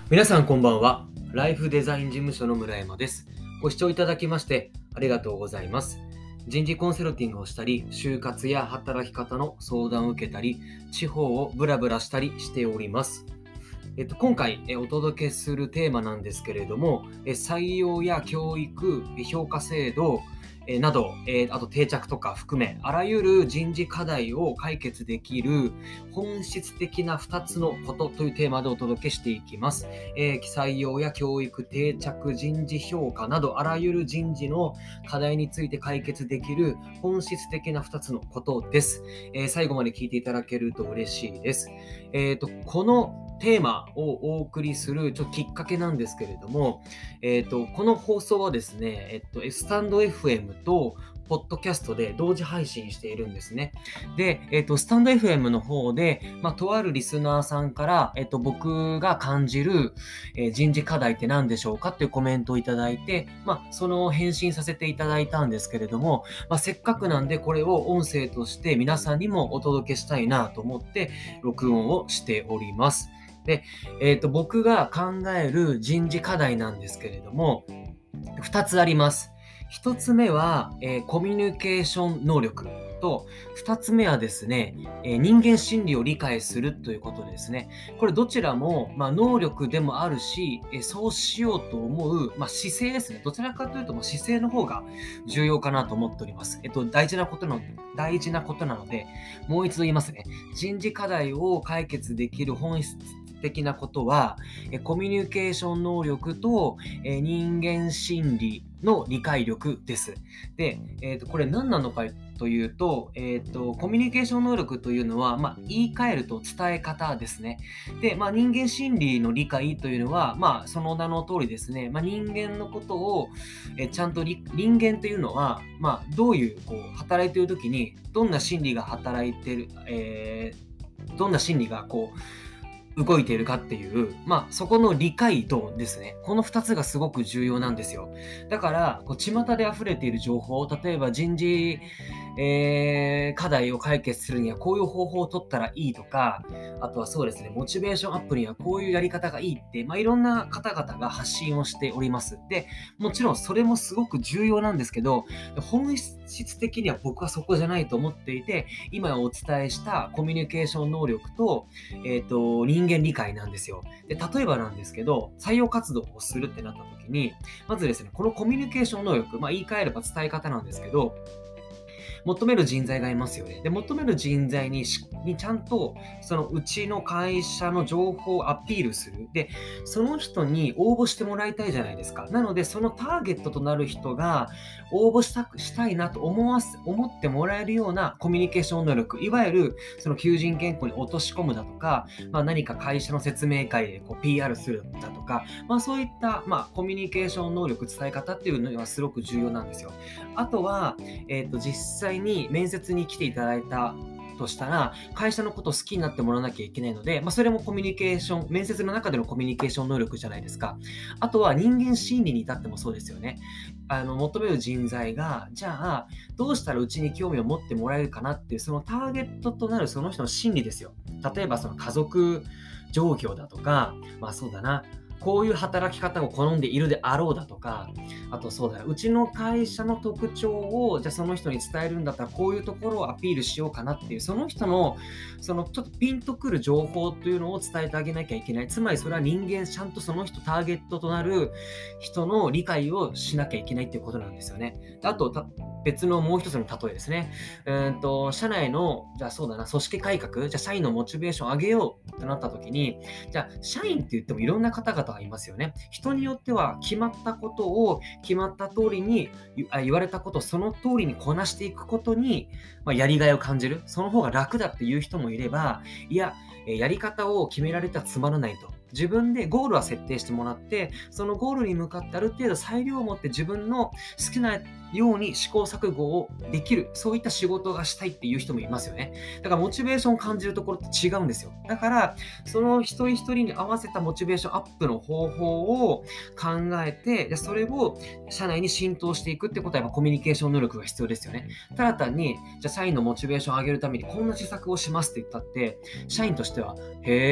皆さんこんばんは。ライフデザイン事務所の村山です。ご視聴いただきましてありがとうございます。人事コンサルティングをしたり、就活や働き方の相談を受けたり、地方をブラブラしたりしております。今回お届けするテーマなんですけれども、採用や教育、評価制度など、あと定着とか含め、あらゆる人事課題を解決できる本質的な2つのことというテーマでお届けしていきます。採用や教育、定着、人事評価など、あらゆる人事の課題について解決できる本質的な2つのことです。最後まで聞いていただけると嬉しいです。このテーマをお送りするきっかけなんですけれども、この放送はですね、スタンド FM とポッドキャストで同時配信しているんですね。で、スタンド FM の方で、とあるリスナーさんから、僕が感じる、人事課題って何でしょうかっていうコメントをいただいて、その返信させていただいたんですけれども、せっかくなんでこれを音声として皆さんにもお届けしたいなと思って録音をしております。で、僕が考える人事課題なんですけれども、2つあります。1つ目は、コミュニケーション能力と、2つ目はですね、人間心理を理解するということですね。これどちらも、能力でもあるし、そうしようと思う、姿勢ですね。どちらかというと、姿勢の方が重要かなと思っております。大事なことなので、もう一度言いますね。人事課題を解決できる本質的なことは、コミュニケーション能力と、人間心理の理解力です。で、これ何なのかというと、コミュニケーション能力というのは、言い換えると伝え方ですね。で、人間心理の理解というのは、その名の通りですね、人間のことを、ちゃんと人間というのは、どういう働いている時にどんな心理が働いている、どんな心理が動いているかっていう、そこの理解度ですね。この2つがすごく重要なんですよ。だから、巷で溢れている情報、例えば人事、課題を解決するにはこういう方法を取ったらいいとか、あとはそうですね、モチベーションアップにはこういうやり方がいいって、いろんな方々が発信をしております。で、もちろんそれもすごく重要なんですけど、本質的には僕はそこじゃないと思っていて、今お伝えしたコミュニケーション能力と、人間理解なんですよ。で、例えばなんですけど、採用活動をするってなった時に、まずですね、このコミュニケーション能力、言い換えれば伝え方なんですけど、求める人材がいますよね。で、求める人材にちゃんと、そのうちの会社の情報をアピールする。で、その人に応募してもらいたいじゃないですか。なので、そのターゲットとなる人が応募したいなと思ってもらえるようなコミュニケーション能力、いわゆるその求人原稿に落とし込むだとか、何か会社の説明会でPR するだとか、そういった、コミュニケーション能力、伝え方っていうのはすごく重要なんですよ。あとは、実際に面接に来ていただいたとしたら、会社のことを好きになってもらわなきゃいけないので、それもコミュニケーション、面接の中でのコミュニケーション能力じゃないですか。あとは人間心理に至ってもそうですよね。求める人材が、じゃあ、どうしたらうちに興味を持ってもらえるかなっていう、そのターゲットとなるその人の心理ですよ。例えばその家族状況だとか、そうだな、こういう働き方を好んでいるであろうだとか、あとそうだな、うちの会社の特徴を、じゃあその人に伝えるんだったら、こういうところをアピールしようかなっていう、その人の、そのちょっとピンとくる情報というのを伝えてあげなきゃいけない。つまりそれは人間、ちゃんとその人、ターゲットとなる人の理解をしなきゃいけないっていうことなんですよね。あと、別のもう一つの例えですね。社内の、じゃあそうだな、組織改革、じゃあ社員のモチベーションを上げようってなった時に、じゃあ社員って言ってもいろんな方々がいますよね。人によっては決まったことを決まった通りに言われたことをその通りにこなしていくことに、やりがいを感じる。その方が楽だっていう人もいれば、いや、やり方を決められたらつまらないと。自分でゴールは設定してもらって、そのゴールに向かってある程度裁量を持って自分の好きなように試行錯誤をできる、そういった仕事がしたいっていう人もいますよね。だからモチベーションを感じるところって違うんですよ。だから、その一人一人に合わせたモチベーションアップの方法を考えて、それを社内に浸透していくってことはやっぱコミュニケーション能力が必要ですよね。ただ単に、じゃあ社員のモチベーションを上げるためにこんな施策をしますって言ったって、社員としては、へー、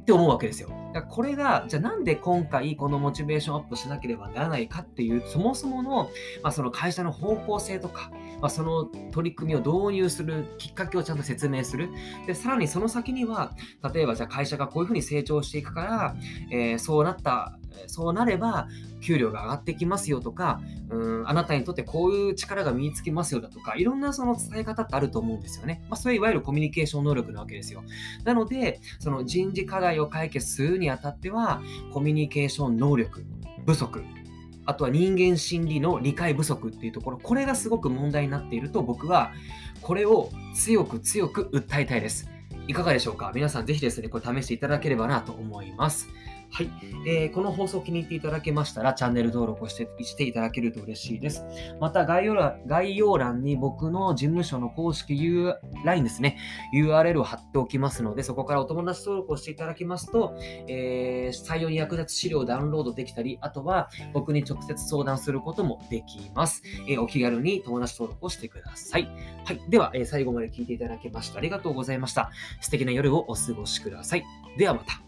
って思うわけですよ。だからこれが、じゃあなんで今回このモチベーションアップしなければならないかっていう、そもそもの、その会社の方向性とか、その取り組みを導入するきっかけをちゃんと説明する。で、さらにその先には、例えばじゃあ会社がこういうふうに成長していくから、そうなれば給料が上がってきますよとか、あなたにとってこういう力が身につきますよだとか、いろんなその伝え方ってあると思うんですよね。それいわゆるコミュニケーション能力なわけですよ。なので、その人事課題を解決するにあたっては、コミュニケーション能力不足、あとは人間心理の理解不足っていうところ、これがすごく問題になっていると僕は、これを強く強く訴えたいです。いかがでしょうか？皆さんぜひですね、これ試していただければなと思います。はい、この放送気に入っていただけましたら、チャンネル登録をしていただけると嬉しいです。また概要欄に僕の事務所の公式 LINE ですね、URL を貼っておきますので、そこからお友達登録をしていただきますと、採用に役立つ資料をダウンロードできたり、あとは僕に直接相談することもできます。お気軽に友達登録をしてください。はい。では、最後まで聞いていただきましてありがとうございました。素敵な夜をお過ごしください。ではまた。